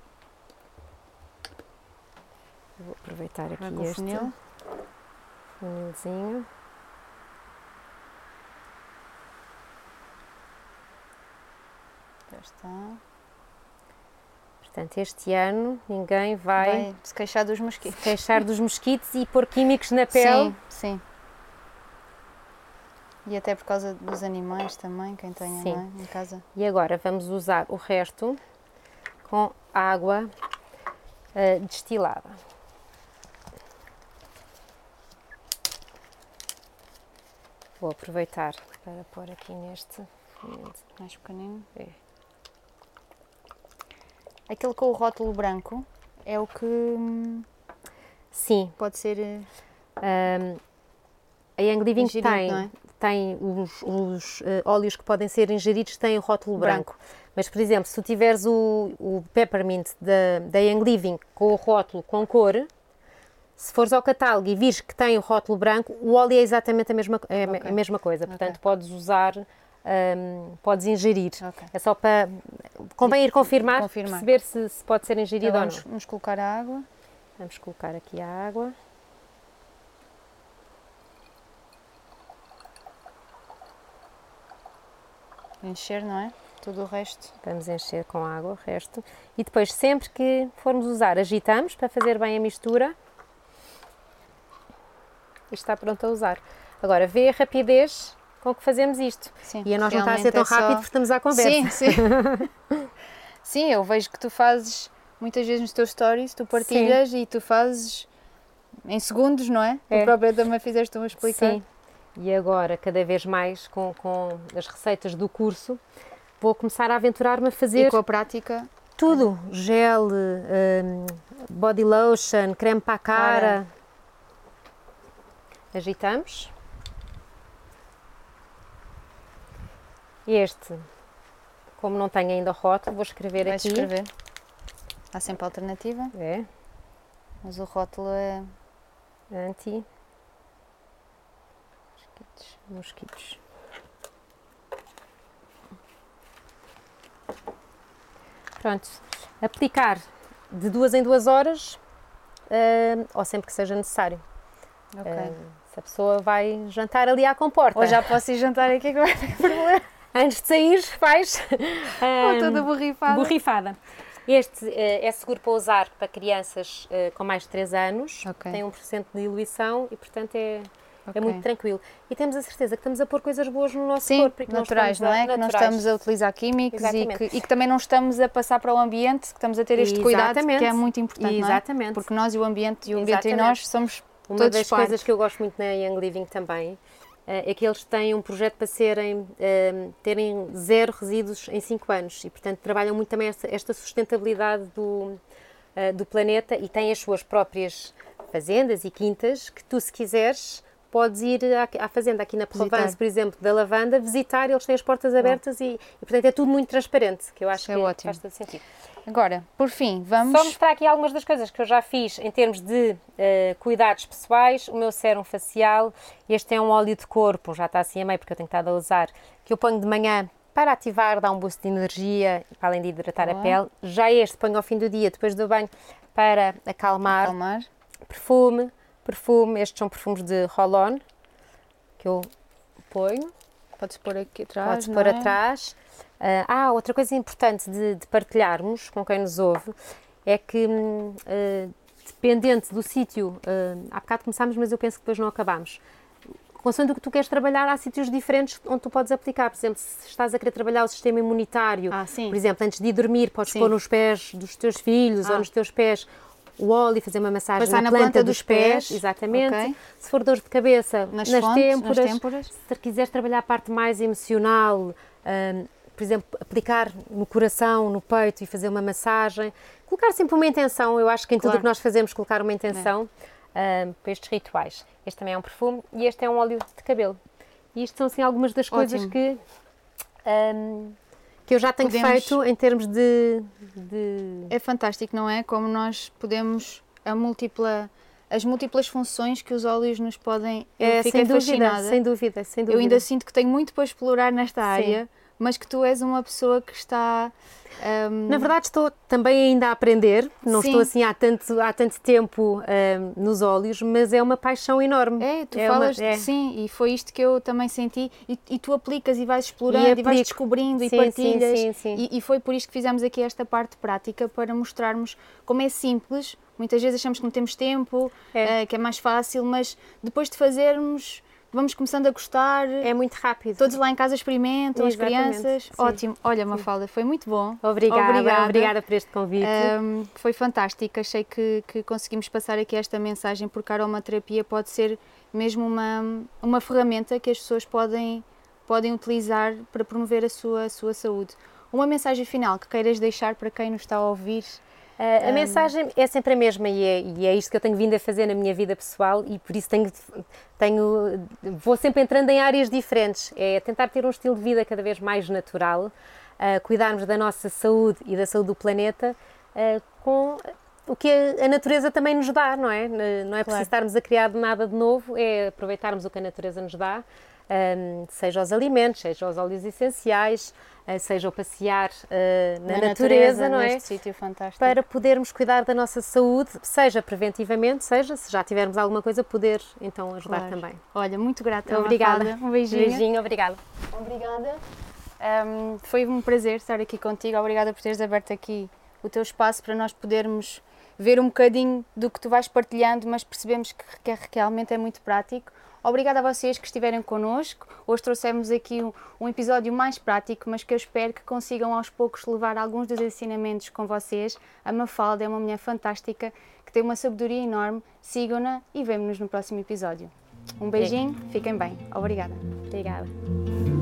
Vou aproveitar aqui Vai com o este funil. funilzinho. Já está. Portanto, este ano ninguém vai Vai se queixar dos mosquitos. queixar dos mosquitos e pôr químicos na pele. Sim, sim. E até por causa dos animais também, quem tenha, Sim. não é? Em casa. E agora vamos usar o resto com água destilada. Vou aproveitar para pôr aqui neste funil. Mais pequenino. É. Aquele com o rótulo branco é o que Sim, pode ser a Young Living ingerido, tem, não é? tem os óleos que podem ser ingeridos, têm o rótulo branco. Branco. Mas, por exemplo, se tu tiveres o peppermint da Young Living com o rótulo com cor, se fores ao catálogo e vires que tem o rótulo branco, o óleo é exatamente a mesma, Ok. a mesma coisa. Portanto, Ok. podes usar, podes ingerir. Ok. É só para... Convém ir confirmar, Confirmar. perceber se pode ser ingerido Então ou não. vamos colocar a água. Vamos colocar aqui a água. Encher, não é? Tudo o resto. Vamos encher com água o resto. E depois, sempre que formos usar, agitamos para fazer bem a mistura. E está pronto a usar. Agora, vê a rapidez com que fazemos isto. Sim, E a nós não está a ser realmente tão é só- rápido porque estamos à conversa. Sim, sim. Sim, eu vejo que tu fazes muitas vezes nos teus stories, tu partilhas e tu fazes em segundos, não é? É. Tu própria também fizeste uma explicar. Sim. E agora, cada vez mais com as receitas do curso, vou começar a aventurar-me a fazer E com a prática, tudo. Gel, body lotion, creme para a cara. Agitamos. Este, como não tenho ainda rótulo, vou escrever vais aqui. escrever. Há sempre alternativa, É, mas o rótulo é... anti mosquitos. Pronto, aplicar de 2 em 2 horas, ou sempre que seja necessário. Ok. Se a pessoa vai jantar ali à comporta. Ou já posso ir jantar aqui agora, não tem problema. Antes de sair, faz Estou toda borrifada. borrifada. Este é seguro para usar para crianças com mais de 3 anos, Ok. tem 1% de diluição e, portanto, é Ok. muito tranquilo. E temos a certeza que estamos a pôr coisas boas no nosso Sim, corpo. E que naturais, não é? Que não estamos a utilizar químicos Exatamente. e que também não estamos a passar para o ambiente, que estamos a ter este cuidado, Exatamente. que é muito importante, não é? Exatamente. Porque nós e o ambiente e o ambiente e Exatamente. nós somos Uma todos das pares. coisas que eu gosto muito na Young Living também é que eles têm um projeto para terem 0 resíduos em 5 anos e, portanto, trabalham muito também esta sustentabilidade do planeta e têm as suas próprias fazendas e quintas que tu, se quiseres, podes ir à fazenda aqui na Provence, por exemplo, da lavanda, visitar, eles têm as portas abertas e, portanto, é tudo muito transparente, que eu acho que ótimo. faz todo sentido. Agora, por fim, vamos... Só mostrar aqui algumas das coisas que eu já fiz em termos de cuidados pessoais. O meu sérum facial, este é um óleo de corpo, já está assim a meio porque eu tenho estado a usar, que eu ponho de manhã para ativar, dar um boost de energia, para além de hidratar a pele. Já este ponho ao fim do dia, depois do banho, para acalmar. Perfume, estes são perfumes de roll-on, que eu ponho. Podes pôr aqui atrás, Podes pôr atrás. Outra coisa importante de partilharmos com quem nos ouve é que, dependente do sítio, há bocado começámos, mas eu penso que depois não acabámos. Consoante o que tu queres trabalhar, há sítios diferentes onde tu podes aplicar. Por exemplo, se estás a querer trabalhar o sistema imunitário, por exemplo, antes de ir dormir, podes pôr nos pés dos teus filhos ou nos teus pés o óleo e fazer uma massagem na planta dos pés. Exatamente. Okay. Se for dor de cabeça, nas têmporas. Se quiseres trabalhar a parte mais emocional, por exemplo, aplicar no coração, no peito e fazer uma massagem. Colocar sempre uma intenção. Eu acho que em tudo o que nós fazemos, colocar uma intenção para estes rituais. Este também é um perfume e este é um óleo de cabelo. E isto são assim algumas das coisas que eu já tenho feito em termos de... É fantástico, não é? Como nós podemos... As múltiplas funções que os óleos nos podem... Sem dúvida. Eu ainda sinto que tenho muito para explorar nesta área, mas que tu és uma pessoa que está... Na verdade estou também ainda a aprender, não estou assim há tanto tempo nos óleos, mas é uma paixão enorme. Tu falas, sim, e foi isto que eu também senti, e tu aplicas e vais explorando e vais descobrindo e partilhas, e foi por isto que fizemos aqui esta parte prática, para mostrarmos como é simples. Muitas vezes achamos que não temos tempo, que é mais fácil, mas depois de fazermos... Vamos começando a gostar. É muito rápido. Todos lá em casa experimentam, as crianças. Sim. Ótimo. Olha, Mafalda, foi muito bom. Obrigada por este convite. Foi fantástico. Achei que conseguimos passar aqui esta mensagem, porque a aromaterapia pode ser mesmo uma ferramenta que as pessoas podem utilizar para promover a sua saúde. Uma mensagem final que queiras deixar para quem nos está a ouvir? A mensagem é sempre a mesma e é isto que eu tenho vindo a fazer na minha vida pessoal e por isso vou sempre entrando em áreas diferentes. É tentar ter um estilo de vida cada vez mais natural, cuidarmos da nossa saúde e da saúde do planeta com o que a natureza também nos dá, não é? Não é preciso estarmos a criar nada de novo, é aproveitarmos o que a natureza nos dá, seja os alimentos, seja os óleos essenciais, seja o passear na natureza, não é? Neste sítio fantástico. Para podermos cuidar da nossa saúde, seja preventivamente, seja se já tivermos alguma coisa, poder então ajudar também. Olha, muito grata. Obrigada. Um beijinho. Obrigada. Obrigada. Foi um prazer estar aqui contigo. Obrigada por teres aberto aqui o teu espaço para nós podermos ver um bocadinho do que tu vais partilhando, mas percebemos que realmente é muito prático. Obrigada a vocês que estiverem connosco. Hoje trouxemos aqui um episódio mais prático, mas que eu espero que consigam aos poucos levar alguns dos ensinamentos com vocês. A Mafalda é uma mulher fantástica, que tem uma sabedoria enorme. Sigam-na e vemo-nos no próximo episódio. Um beijinho, fiquem bem. Obrigada. Obrigada.